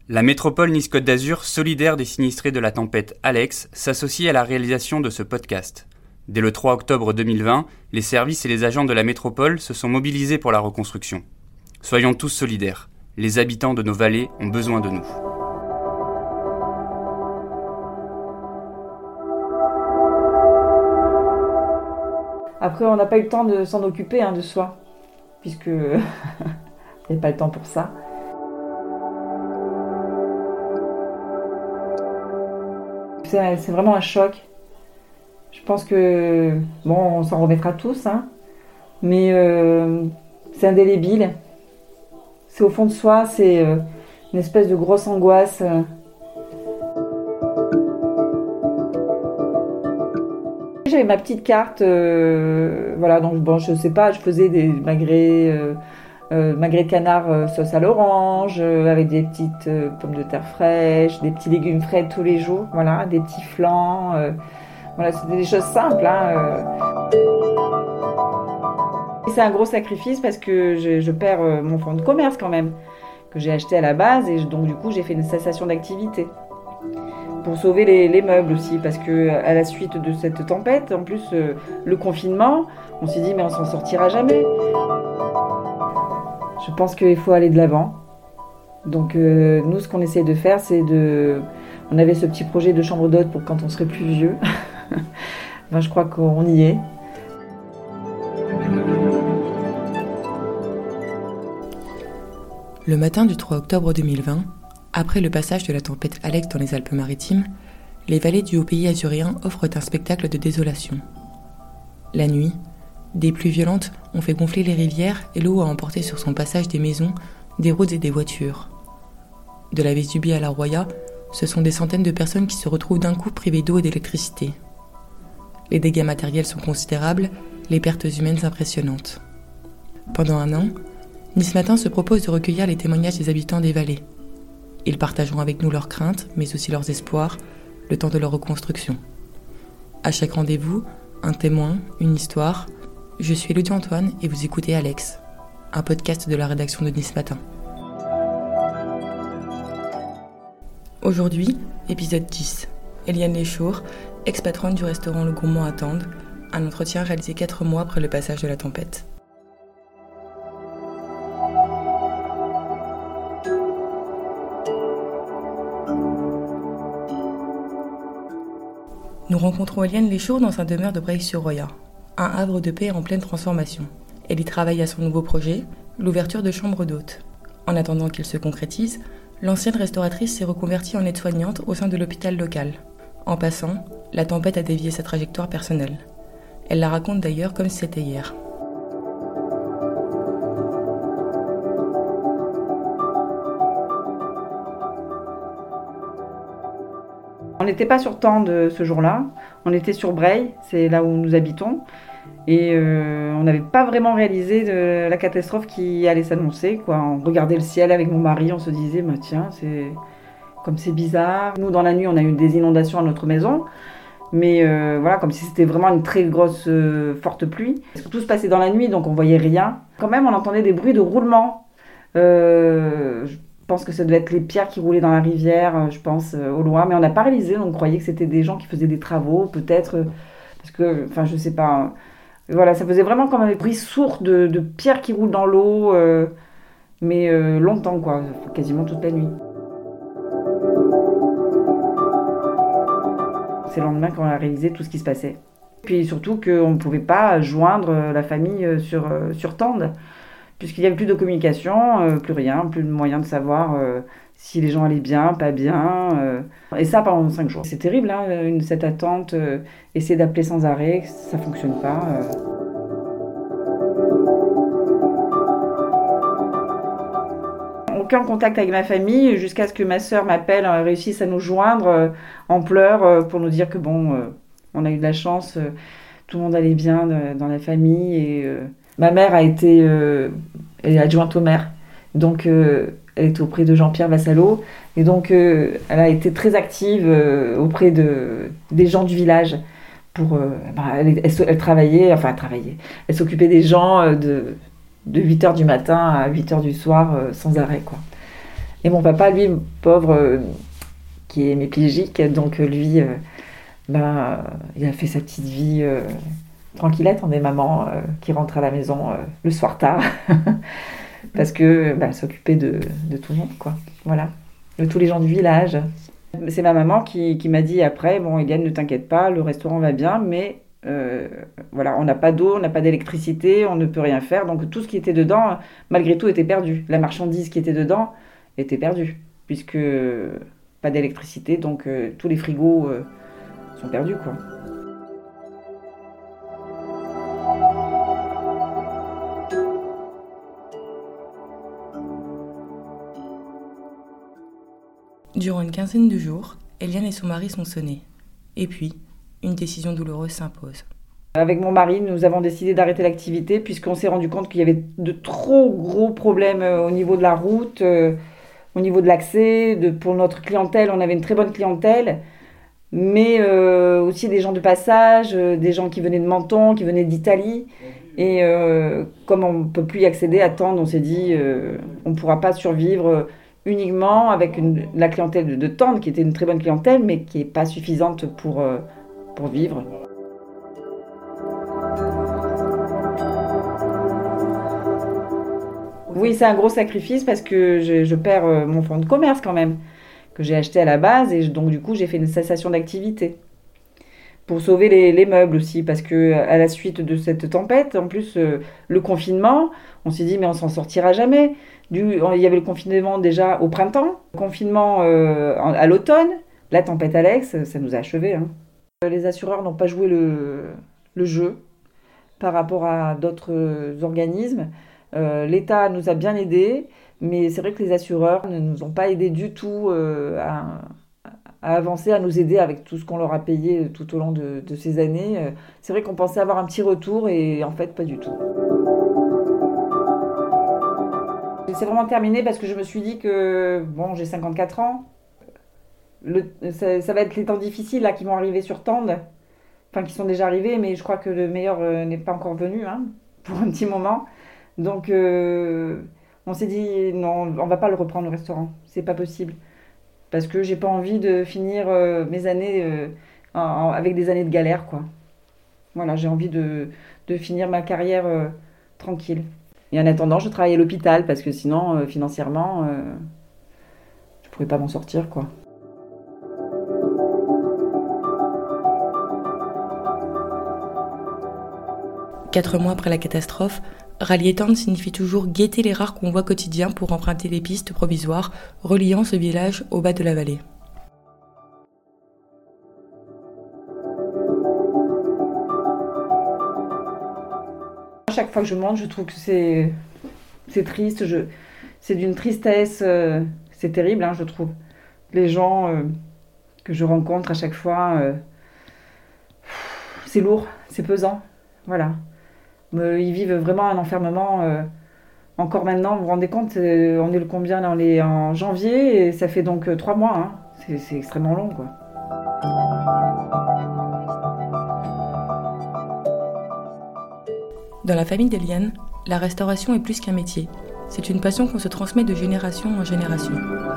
La métropole Nice-Côte d'Azur, solidaire des sinistrés de la tempête Alex, s'associe à la réalisation de ce podcast. Dès le 3 octobre 2020, les services et les agents de la métropole se sont mobilisés pour la reconstruction. Soyons tous solidaires. Les habitants de nos vallées ont besoin de nous. Après, on n'a pas eu le temps de s'en occuper de soi, puisque il n'y a pas le temps pour ça. C'est vraiment un choc. Je pense que, on s'en remettra tous, mais c'est indélébile. C'est au fond de soi, c'est une espèce de grosse angoisse. J'avais ma petite carte, donc je sais pas, je faisais des magrets de canard sauce à l'orange, avec des petites pommes de terre fraîches, des petits légumes frais tous les jours, des petits flancs, c'était des choses simples. C'est un gros sacrifice parce que je perds mon fonds de commerce quand même, que j'ai acheté à la base, et donc du coup j'ai fait une cessation d'activité. Pour sauver les meubles aussi, parce que à la suite de cette tempête, en plus le confinement, on s'est dit mais on s'en sortira jamais. Je pense qu'il faut aller de l'avant. Donc nous, ce qu'on essaie de faire, on avait ce petit projet de chambre d'hôte pour quand on serait plus vieux. Je crois qu'on y est. Le matin du 3 octobre 2020, après le passage de la tempête Alex dans les Alpes-Maritimes, les vallées du Haut-Pays azuréen offrent un spectacle de désolation. La nuit, des pluies violentes ont fait gonfler les rivières et l'eau a emporté sur son passage des maisons, des routes et des voitures. De la Vésubie à la Roya, ce sont des centaines de personnes qui se retrouvent d'un coup privées d'eau et d'électricité. Les dégâts matériels sont considérables, les pertes humaines impressionnantes. Pendant un an, Nice Matin se propose de recueillir les témoignages des habitants des vallées. Ils partageront avec nous leurs craintes, mais aussi leurs espoirs, le temps de leur reconstruction. À chaque rendez-vous, un témoin, une histoire. Je suis Elodie Antoine et vous écoutez Alex, un podcast de la rédaction de Nice Matin. Aujourd'hui, épisode 10. Eliane Leschour, ex-patronne du restaurant Le Gourmand à Tende, un entretien réalisé 4 mois après le passage de la tempête. Nous rencontrons Eliane Leschour dans sa demeure de Breil-sur-Roya, un havre de paix en pleine transformation. Elle y travaille à son nouveau projet, l'ouverture de chambres d'hôtes. En attendant qu'il se concrétise, l'ancienne restauratrice s'est reconvertie en aide-soignante au sein de l'hôpital local. En passant, la tempête a dévié sa trajectoire personnelle. Elle la raconte d'ailleurs comme si c'était hier. On n'était pas sur Tende ce jour-là, on était sur Breil, c'est là où nous habitons, et on n'avait pas vraiment réalisé la catastrophe qui allait s'annoncer, On regardait le ciel avec mon mari, on se disait tiens, c'est bizarre. Nous, dans la nuit, on a eu des inondations à notre maison, mais comme si c'était vraiment une très grosse, forte pluie. Tout se passait dans la nuit, donc on voyait rien. Quand même, on entendait des bruits de roulement. Je pense que ça devait être les pierres qui roulaient dans la rivière, au loin. Mais on n'a pas réalisé, on croyait que c'était des gens qui faisaient des travaux, peut-être, parce que, je sais pas. Ça faisait vraiment comme un bruit sourd de pierres qui roulent dans l'eau, mais longtemps, quasiment toute la nuit. C'est le lendemain qu'on a réalisé tout ce qui se passait. Puis surtout qu'on ne pouvait pas joindre la famille sur Tende, puisqu'il n'y avait plus de communication, plus rien, plus de moyen de savoir si les gens allaient bien, pas bien. Et ça pendant 5 jours. C'est terrible, cette attente, essayer d'appeler sans arrêt, ça ne fonctionne pas. Aucun contact avec ma famille, jusqu'à ce que ma sœur m'appelle, réussisse à nous joindre en pleurs pour nous dire que on a eu de la chance, tout le monde allait bien dans la famille. Et ma mère elle est adjointe au maire, donc elle était auprès de Jean-Pierre Vassallo, et donc elle a été très active auprès des gens du village. Elle travaillait, elle s'occupait des gens de 8h du matin à 8h du soir sans arrêt, Et mon papa, lui, pauvre, qui est hémiplégique, donc lui, il a fait sa petite vie tranquillette. On est maman qui rentre à la maison le soir tard parce que s'occuper de tout le monde, quoi. Voilà, de tous les gens du village. C'est ma maman qui m'a dit après, bon, Eliane, ne t'inquiète pas, le restaurant va bien, mais voilà, on n'a pas d'eau, on n'a pas d'électricité, on ne peut rien faire. Donc tout ce qui était dedans, malgré tout, était perdu. La marchandise qui était dedans était perdue, puisque pas d'électricité, donc tous les frigos sont perdus, quoi. Durant une quinzaine de jours, Eliane et son mari sont sonnés. Et puis, une décision douloureuse s'impose. Avec mon mari, nous avons décidé d'arrêter l'activité puisqu'on s'est rendu compte qu'il y avait de trop gros problèmes au niveau de la route, au niveau de l'accès. Pour notre clientèle, on avait une très bonne clientèle, mais aussi des gens de passage, des gens qui venaient de Menton, qui venaient d'Italie. Et comme on ne peut plus y accéder à Tende, on s'est dit on ne pourra pas survivre uniquement avec la clientèle de Tende, qui était une très bonne clientèle, mais qui n'est pas suffisante pour vivre. Oui, c'est un gros sacrifice parce que je perds mon fonds de commerce quand même, que j'ai acheté à la base, et donc du coup j'ai fait une cessation d'activité. Pour sauver les meubles aussi, parce que à la suite de cette tempête, en plus le confinement, on s'est dit mais on s'en sortira jamais. Il y avait le confinement déjà au printemps, le confinement à l'automne, la tempête Alex, ça nous a achevés, hein. Les assureurs n'ont pas joué le jeu par rapport à d'autres organismes. L'État nous a bien aidés, mais c'est vrai que les assureurs ne nous ont pas aidés du tout à avancer, à nous aider avec tout ce qu'on leur a payé tout au long de ces années. C'est vrai qu'on pensait avoir un petit retour et en fait pas du tout. C'est vraiment terminé parce que je me suis dit que, bon, j'ai 54 ans, ça va être les temps difficiles là, qui vont arriver sur Tende, enfin qui sont déjà arrivés, mais je crois que le meilleur n'est pas encore venu, hein, pour un petit moment. Donc on s'est dit non, on va pas le reprendre le restaurant, c'est pas possible. Parce que j'ai pas envie de finir mes années avec des années de galère, quoi. Voilà, j'ai envie de finir ma carrière tranquille. Et en attendant, je travaille à l'hôpital parce que sinon, financièrement, je pourrais pas m'en sortir, quoi. Quatre mois après la catastrophe, rallier Tende signifie toujours guetter les rares convois quotidiens pour emprunter les pistes provisoires reliant ce village au bas de la vallée. À chaque fois que je monte, je trouve que c'est triste, c'est d'une tristesse, c'est terrible, hein, je trouve. Les gens que je rencontre à chaque fois, c'est lourd, c'est pesant, voilà. Ils vivent vraiment un enfermement. Encore maintenant, vous vous rendez compte, on est le combien là, on est en janvier et ça fait donc 3 mois. Hein. C'est extrêmement long, quoi. Dans la famille d'Eliane, la restauration est plus qu'un métier. C'est une passion qu'on se transmet de génération en génération.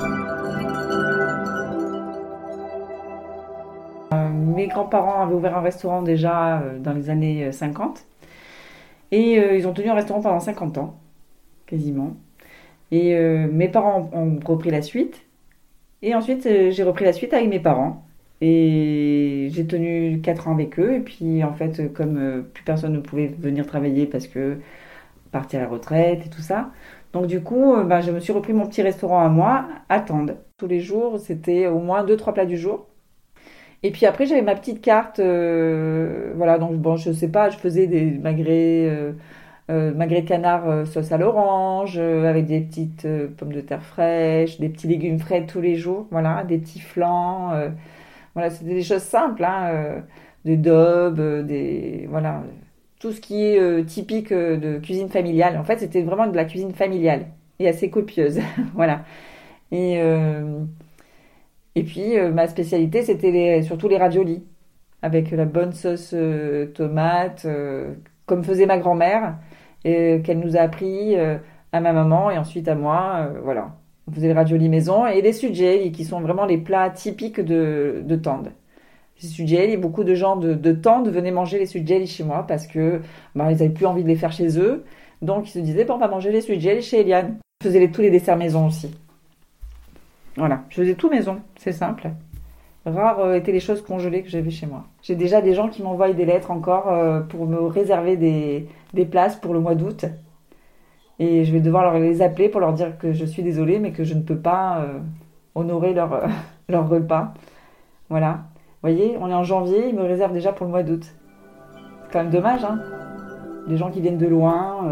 Mes grands-parents avaient ouvert un restaurant déjà dans les années 50. Et ils ont tenu un restaurant pendant 50 ans, quasiment. Et mes parents ont repris la suite. Et ensuite, j'ai repris la suite avec mes parents. Et j'ai tenu 4 ans avec eux. Et puis, en fait, comme plus personne ne pouvait venir travailler parce que partir à la retraite et tout ça. Donc, du coup, je me suis repris mon petit restaurant à moi, à Tende. Tous les jours, c'était au moins 2-3 plats du jour. Et puis après, j'avais ma petite carte, voilà, donc bon, je sais pas, je faisais des magrets de canard sauce à l'orange, avec des petites pommes de terre fraîches, des petits légumes frais tous les jours, voilà, des petits flancs, voilà, c'était des choses simples, hein, des daubes, voilà, tout ce qui est typique de cuisine familiale. En fait, c'était vraiment de la cuisine familiale et assez copieuse, voilà. Et Et puis, ma spécialité, c'était surtout les raviolis, avec la bonne sauce tomate, comme faisait ma grand-mère, et qu'elle nous a appris à ma maman et ensuite à moi. Voilà. On faisait les raviolis maison et les suggelli, qui sont vraiment les plats typiques de Tende. Les suggelli, beaucoup de gens de Tende venaient manger les suggelli chez moi parce que ils n'avaient plus envie de les faire chez eux. Donc ils se disaient, on va manger les suggelli chez Eliane. Je faisais tous les desserts maison aussi. Voilà, je faisais tout maison, c'est simple. Rares étaient les choses congelées que j'avais chez moi. J'ai déjà des gens qui m'envoient des lettres encore pour me réserver des places pour le mois d'août. Et je vais devoir les appeler pour leur dire que je suis désolée, mais que je ne peux pas honorer leur repas. Voilà. Vous voyez, on est en janvier, ils me réservent déjà pour le mois d'août. C'est quand même dommage, hein. Les gens qui viennent de loin.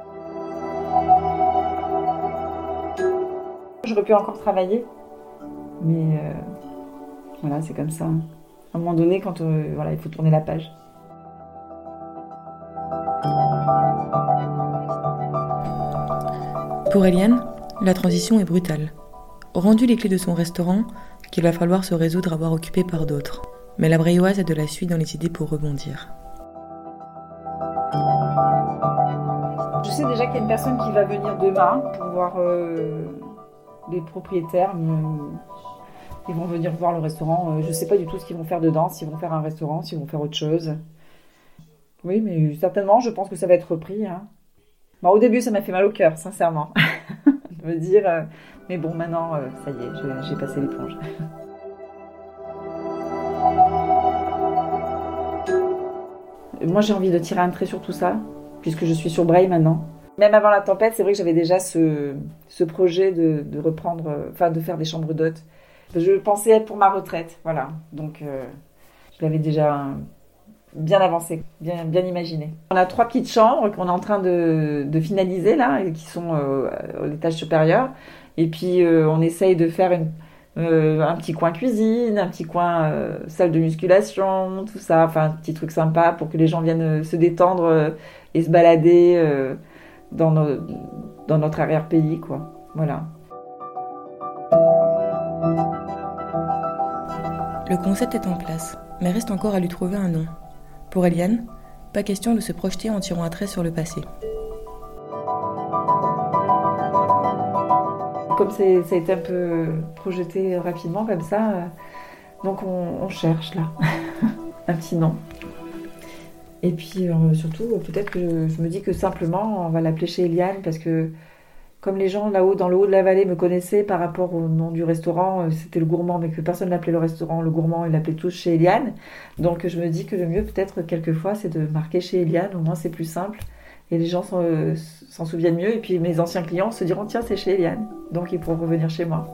J'aurais pu encore travailler, mais voilà, c'est comme ça. À un moment donné, quand il faut tourner la page. Pour Eliane, la transition est brutale. Rendu les clés de son restaurant, qu'il va falloir se résoudre à voir occupé par d'autres. Mais la Brailloise a de la suite dans les idées pour rebondir. Je sais déjà qu'il y a une personne qui va venir demain pour voir les propriétaires. Ils vont venir voir le restaurant. Je ne sais pas du tout ce qu'ils vont faire dedans, s'ils vont faire un restaurant, s'ils vont faire autre chose. Oui, mais certainement, je pense que ça va être repris. Hein. Au début, ça m'a fait mal au cœur, sincèrement. De me dire, mais bon, maintenant, ça y est, j'ai passé l'éponge. Moi, j'ai envie de tirer un trait sur tout ça, puisque je suis sur Breil maintenant. Même avant la tempête, c'est vrai que j'avais déjà ce projet de reprendre, de faire des chambres d'hôtes. Je pensais être pour ma retraite, voilà. Donc, je l'avais déjà bien avancé, bien imaginé. On a 3 petites chambres qu'on est en train de finaliser, là, et qui sont à l'étage supérieur. Et puis, on essaye de faire un petit coin cuisine, un petit coin salle de musculation, tout ça. Enfin, un petit truc sympa pour que les gens viennent se détendre et se balader dans notre arrière-pays, quoi. Voilà. Le concept est en place, mais reste encore à lui trouver un nom. Pour Eliane, pas question de se projeter en tirant un trait sur le passé. Comme ça a été un peu projeté rapidement comme ça, donc on cherche là un petit nom. Et puis surtout, peut-être que je me dis que simplement on va l'appeler chez Eliane parce que comme les gens là-haut, dans le haut de la vallée, me connaissaient par rapport au nom du restaurant, c'était le Gourmand, mais que personne n'appelait le restaurant le Gourmand, ils l'appelaient tous chez Eliane. Donc je me dis que le mieux peut-être quelquefois c'est de marquer chez Eliane, au moins c'est plus simple. Et les gens s'en souviennent mieux. Et puis mes anciens clients se diront tiens, c'est chez Eliane. Donc ils pourront revenir chez moi.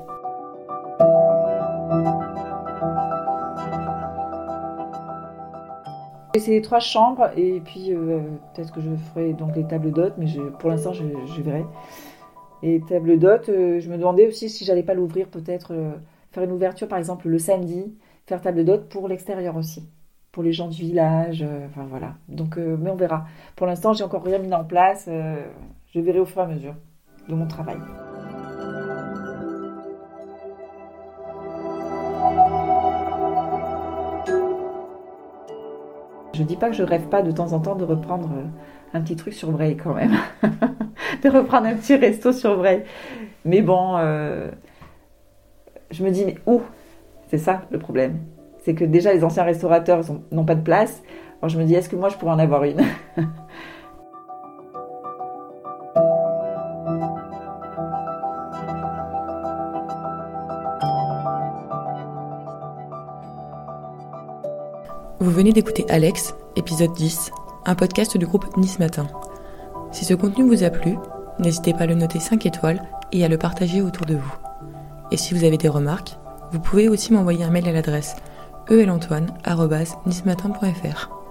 C'est 3 chambres. Et puis peut-être que je ferai donc les tables d'hôtes. Mais pour l'instant, je verrai. Et tables d'hôtes, je me demandais aussi si j'allais pas l'ouvrir. Peut-être faire une ouverture par exemple le samedi. Faire table d'hôtes pour l'extérieur aussi. Pour les gens du village, enfin voilà. Donc, mais on verra. Pour l'instant, j'ai encore rien mis en place. Je verrai au fur et à mesure de mon travail. Je dis pas que je rêve pas de temps en temps de reprendre un petit truc sur Breil quand même. De reprendre un petit resto sur Breil. Mais bon, je me dis, mais où ? C'est ça le problème. C'est que déjà les anciens restaurateurs n'ont pas de place. Alors je me dis, est-ce que moi je pourrais en avoir une ? Vous venez d'écouter Alex, épisode 10, un podcast du groupe Nice Matin. Si ce contenu vous a plu, n'hésitez pas à le noter 5 étoiles et à le partager autour de vous. Et si vous avez des remarques, vous pouvez aussi m'envoyer un mail à l'adresse elantoine@nicematin.fr.